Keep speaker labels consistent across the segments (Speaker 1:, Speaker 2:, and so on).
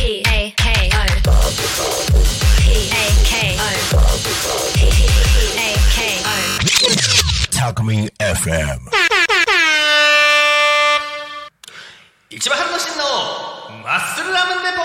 Speaker 1: Talkmin FM
Speaker 2: 市場春の真のマッスルラーメンレポ。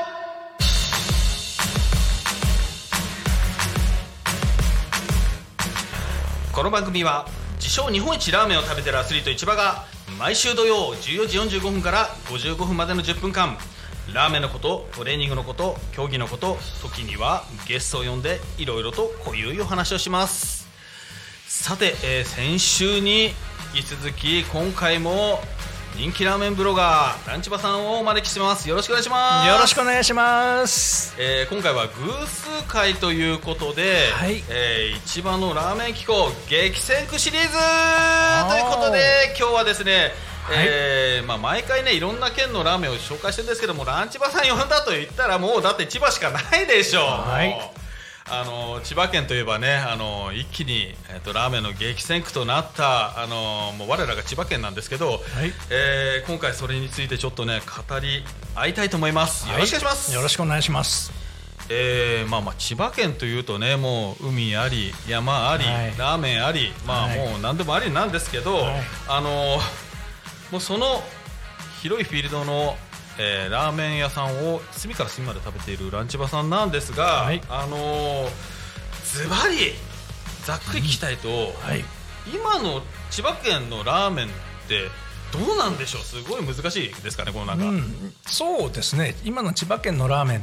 Speaker 2: この番組は自称日本一ラーメンを食べているアスリート市場が毎週土曜14時45分から55分までの10分間ラーメンのこと、トレーニングのこと、競技のこと、時にはゲストを呼んでいろいろと濃ゆいお話をします。さて、先週に引き続き今回も人気ラーメンブロガーランチバさんをお招きしてます。よろしくお願いします。
Speaker 3: よろしくお願いします。
Speaker 2: 今回は偶数回ということで、はい、市場のラーメン機構激戦区シリーズということで今日はですね、毎回ねいろんな県のラーメンを紹介してるんですけども、ランチバさん呼んだと言ったらもうだって千葉しかないでしょう。はい、千葉県といえばね一気に、ラーメンの激戦区となったもう我らが千葉県なんですけど、はい、今回それについてちょっとね語り合いたいと思います。よろしくお願いします。
Speaker 3: よろしくお願いします。
Speaker 2: 千葉県というとねもう海あり山あり、はい、ラーメンあり、もう何でもありなんですけど、はい、もうその広いフィールドのラーメン屋さんを隅から隅まで食べているランチバさんなんですが、はい、ズバリざっくり聞きたいと、はい、今の千葉県のラーメンってどうなんでしょう。すごい難しいですかねこのなんか、
Speaker 3: そうですね。今の千葉県のラーメンって、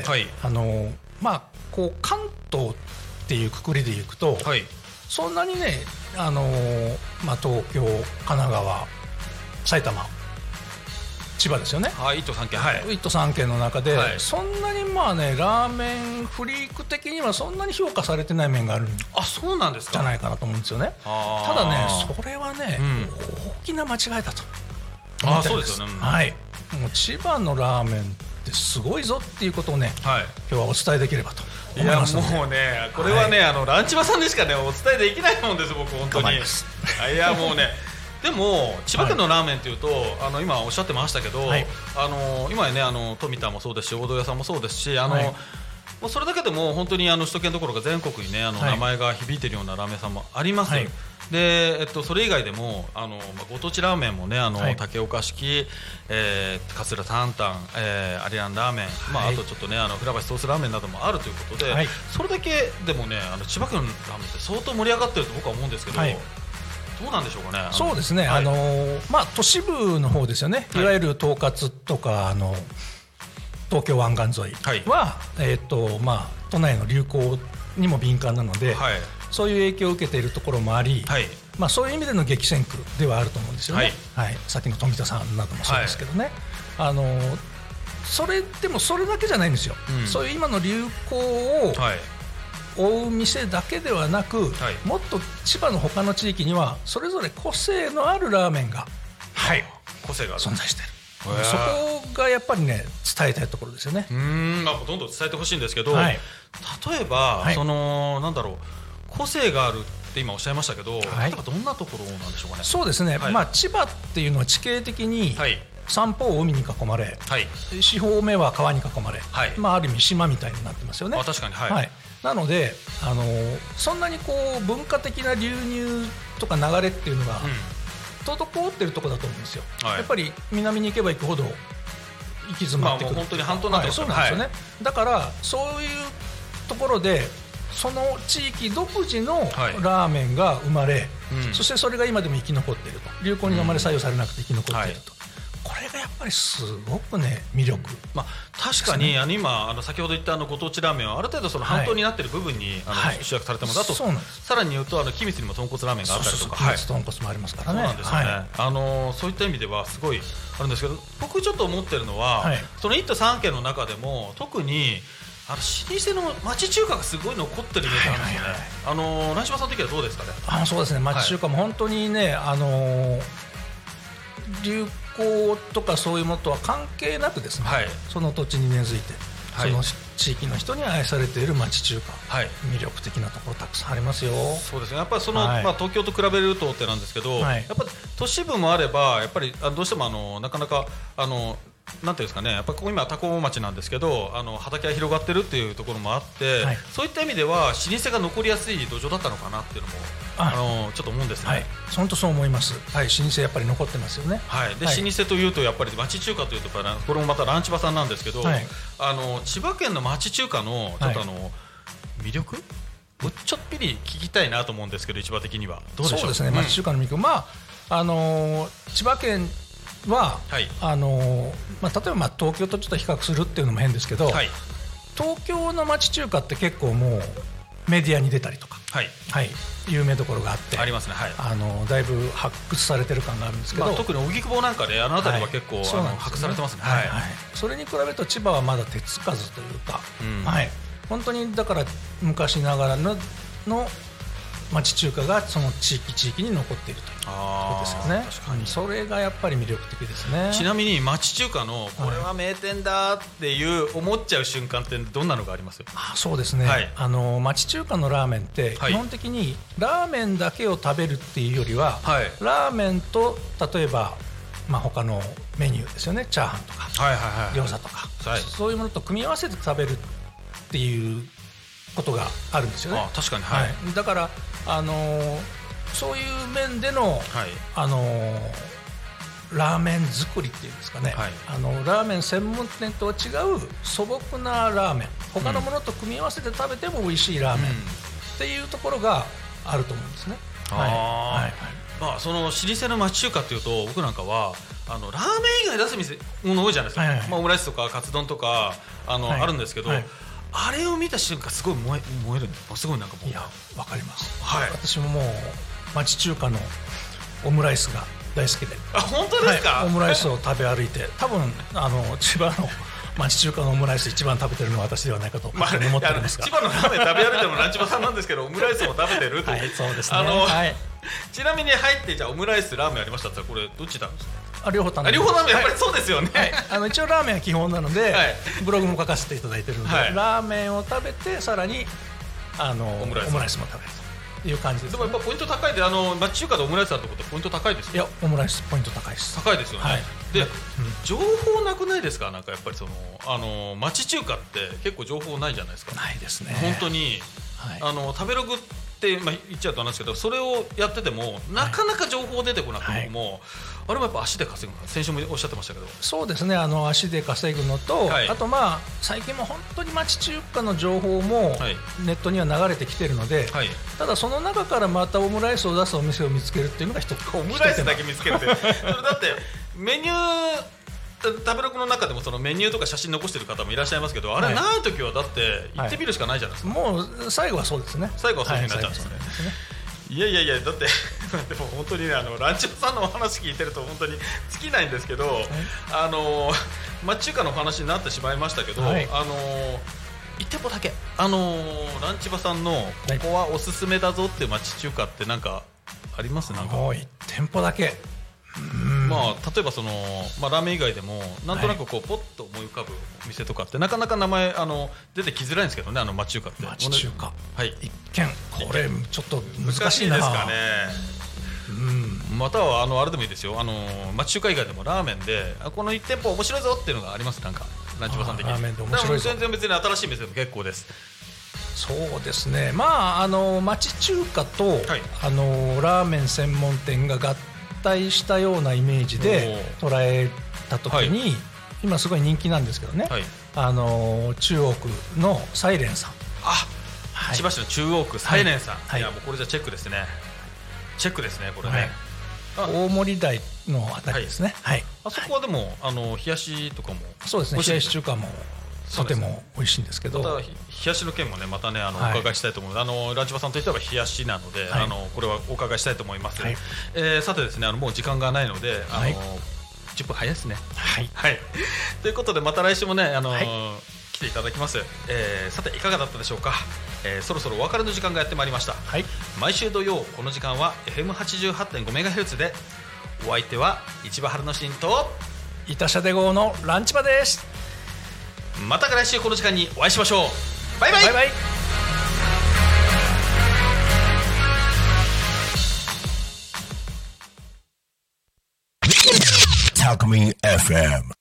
Speaker 3: はい、こう関東っていうくくりでいくと、はい、そんなにね東京、神奈川、埼玉、千葉ですよね。
Speaker 2: 1都3県、はい、
Speaker 3: 1都3県の中で、はい、そんなにラーメンフリーク的にはそんなに評価されてない面があるんじゃないかなと思うんですよね。ただねそれはね、大きな間違いだと思ってるんです。そうですよね。はい、もう千葉のラーメンってすごいぞっていうことをね、はい、今日はお伝えできればと思いますので。
Speaker 2: いやもうねこれはね、ランチバさんでしかねお伝えできないもんです僕本当に。いやもうねでも千葉県のラーメンというと、今おっしゃってましたけど、はい、今やね富田もそうですし大戸屋さんもそうですしもうそれだけでも本当に首都圏どころか全国にね名前が響いているようなラーメン屋さんもあります。はい、でそれ以外でもご当地ラーメンもね竹岡式、桂担々、アリアンラーメン、あとちょっとね船橋ソースラーメンなどもあるということで、はい、それだけでもね千葉県のラーメンって相当盛り上がってると僕は思うんですけど、はい、どうなんでしょうかね。
Speaker 3: そうですね、はい、都市部の方ですよね、はい、いわゆる東葛とか東京湾岸沿いは、都内の流行にも敏感なので、はい、そういう影響を受けているところもあり、はい、そういう意味での激戦区ではあると思うんですよね。はいはい、さっきの富田さんなどもそうですけどね、はい、でもそれだけじゃないんですよ。そういう今の流行を、追う店だけではなく、はい、もっと千葉の他の地域にはそれぞれ個性のあるラーメンが、はい、
Speaker 2: 個性がある
Speaker 3: 存在している。そこがやっぱりね伝えたいところですよね。
Speaker 2: どんどん伝えてほしいんですけど、はい、例えば、はい、なんだろう個性があるって今おっしゃいましたけど、はい、例えばどんなところなんでしょうかね。
Speaker 3: そうですね、はい、千葉っていうのは地形的に、はい、三方を海に囲まれ、はい、四方目は川に囲まれ、はい、ある意味島みたいになってますよね。
Speaker 2: 確かに、はい
Speaker 3: はい、なのでそんなにこう文化的な流入とか流れっていうのが、滞ってるところだと思うんですよ。はい、やっぱり南に行けば行くほど行き詰まってくる、
Speaker 2: もう本当に半島になってますから、
Speaker 3: そうなんですよね。はい、だからそういうところでその地域独自のラーメンが生まれ、そしてそれが今でも生き残っていると、流行にあまり採用されなくて生き残っていると、これがやっぱりすごくね魅力、
Speaker 2: 確かに、今先ほど言ったご当地ラーメンはある程度その半島になっている部分に、集約されてます。あとさらに言うと君津にも豚骨ラーメンがあったりとか、
Speaker 3: 君津豚骨もありますからね。
Speaker 2: そうなんですよね。そういった意味ではすごいあるんですけど、僕ちょっと思ってるのは、その1都3県の中でも特に老舗の町中華がすごい残ってるイメージなんですよね。ランシマさんの時はどうですかね。
Speaker 3: そうですね、町中華も本当にね、流行とかそういうものとは関係なくですね、その土地に根付いて、その地域の人に愛されている町中華、魅力的なところたくさんありますよ。
Speaker 2: そうですね、やっぱり東京と比べるとってなんですけど、やっぱり都市部もあればやっぱりどうしてもなかなかなんていうんですかね、やっぱここ今多古町なんですけど、畑が広がってるっていうところもあって、はい、そういった意味では老舗が残りやすい土壌だったのかなっていうのもちょっと思うんですね。
Speaker 3: はい、本当そう思います。はい、老舗やっぱり残ってますよね。
Speaker 2: はい、で、はい、老舗というとやっぱり町中華というとこれもまたランチバさんなんですけど、はい、千葉県の町中華のちょっと魅力をちょっぴり聞きたいなと思うんですけど、市場的にはどうでしょう。
Speaker 3: そうですね、町中華の魅力、千葉県は、はい、例えば東京とちょっと比較するっていうのも変ですけど、はい、東京の町中華って結構もうメディアに出たりとか、はいはい、有名どころがあって
Speaker 2: ありますね、はい、
Speaker 3: だいぶ発掘されてる感があるんですけど、
Speaker 2: 特に荻窪なんかであの辺りは結構、はい、発掘されてますね。
Speaker 3: はいはい、それに比べると千葉はまだ手つかずというか、はい、本当にだから昔ながらの町中華がその地域に残っているということですよね。確かにそれがやっぱり魅力的ですね。
Speaker 2: ちなみに町中華のこれは名店だっていう思っちゃう瞬間ってどんなのがあります？
Speaker 3: そうですね、はい、町中華のラーメンって基本的にラーメンだけを食べるっていうよりは、はい、ラーメンと例えば他のメニューですよね、チャーハンとか、はいはいはい、餃子とか、はい、そういうものと組み合わせて食べるっていうことがあるんですよね。
Speaker 2: 確かに、はい、
Speaker 3: だからそういう面での、はい、ラーメン作りっていうんですかね、はい、ラーメン専門店とは違う素朴なラーメン、他のものと組み合わせて食べても美味しいラーメンっていうところがあると思うんですね。
Speaker 2: その老舗の町中華っていうと僕なんかはラーメン以外出す店もの多いじゃないですか、はいはい、オムライスとかカツ丼とかあるんですけど、はい、あれを見た瞬間すごい燃える、すごいなんかもう。
Speaker 3: いや、わかります、はい、私ももう町中華のオムライスが大好きで。
Speaker 2: 本当ですか？
Speaker 3: はい、オムライスを食べ歩いて多分千葉の町中華のオムライス一番食べてるのは私ではないかと思ってるんですが、
Speaker 2: 千葉のラーメン食べ歩いてもランチバさんなんですけどオムライスも食べてるって、
Speaker 3: はい、そうですね、はい、
Speaker 2: ちなみに入ってじゃあオムライスラーメンありましたってこれどっちなんですか？
Speaker 3: 両方頼む。
Speaker 2: 両方頼む、やっぱりそうですよね、
Speaker 3: はい、一応ラーメンは基本なので、はい、ブログも書かせていただいてるので、はい、ラーメンを食べてさらにオムライスも食べるという感じです、ね。
Speaker 2: でもやっぱポイント高いで町中華でオムライスだってことはポイント高いですよね。
Speaker 3: いや、オムライスポイント高いです。
Speaker 2: 高いですよね、はい、で、情報なくないですか？なんかやっぱり町中華って結構情報ないじゃないですか。
Speaker 3: ないですね、
Speaker 2: 本当に、はい、食べログって言っちゃうとなんですけど、それをやっててもなかなか情報出てこなくても、はい、あれもやっぱ足で稼ぐのか、先週もおっしゃってましたけど。
Speaker 3: そうですね、足で稼ぐのと、はい、あと最近も本当に町中華の情報もネットには流れてきてるので、はい、ただその中からまたオムライスを出すお店を見つけるっていうのが一つ。
Speaker 2: オムライスだけ見つけるってそれだってメニュー食べログの中でもそのメニューとか写真残してる方もいらっしゃいますけど、あれない時はだって行ってみるしかないじゃないですか、
Speaker 3: はい、もう最後はそうですね。
Speaker 2: 最後はそういう風になっちゃうんですね。いやだってでも本当にね、ランチバさんのお話聞いてると本当に尽きないんですけど、はい、町中華のお話になってしまいましたけど、はい、1店舗だけランチバさんのここはおすすめだぞって町中華ってなんかあります？なんか
Speaker 3: 1店舗だけ、
Speaker 2: 例えばラーメン以外でもなんとなくこうポッと思い浮かぶお店とかってなかなか名前出てきづらいんですけどね、町中華って。
Speaker 3: 町中華、
Speaker 2: はい、
Speaker 3: 一見これちょっと難しいな。
Speaker 2: ですかね。またはあれでもいいですよ、町中華以外でもラーメンでこの1店舗面白いぞっていうのがあります？なんかランチバさん的に。
Speaker 3: ラーメンで面白いぞ。
Speaker 2: 全然別に新しい店でも結構です。
Speaker 3: そうですね、町中華と、はい、ラーメン専門店が合体したようなイメージで捉えたときに、はい、今すごい人気なんですけどね、はい、中央区のサイレンさん、
Speaker 2: はい、千葉市の中央区サイレンさん、はい、いやもうこれじゃチェックですね、チェックですねこれね、
Speaker 3: はい、大森台のあたりですね、はい、
Speaker 2: あそこはでも冷やしとかも。
Speaker 3: そうですね、冷やし中華もとても美味しいんですけど、
Speaker 2: また冷やしの件もねまたねお伺いしたいと思うので、ランチバさんといっては冷やしなので、はい、これはお伺いしたいと思います、はい、さてですねもう時間がないのではい、10分早いですね、はいはい、ということでまた来週もね来ていただきます、さていかがだったでしょうか、そろそろお別れの時間がやってまいりました、はい、毎週土曜この時間は FM88.5MHz で、お相手は市場春之進と
Speaker 3: 板車で号のランチバです。
Speaker 2: また来週この時間にお会いしましょう。バイバイ。バイバイ。
Speaker 1: Talkme FM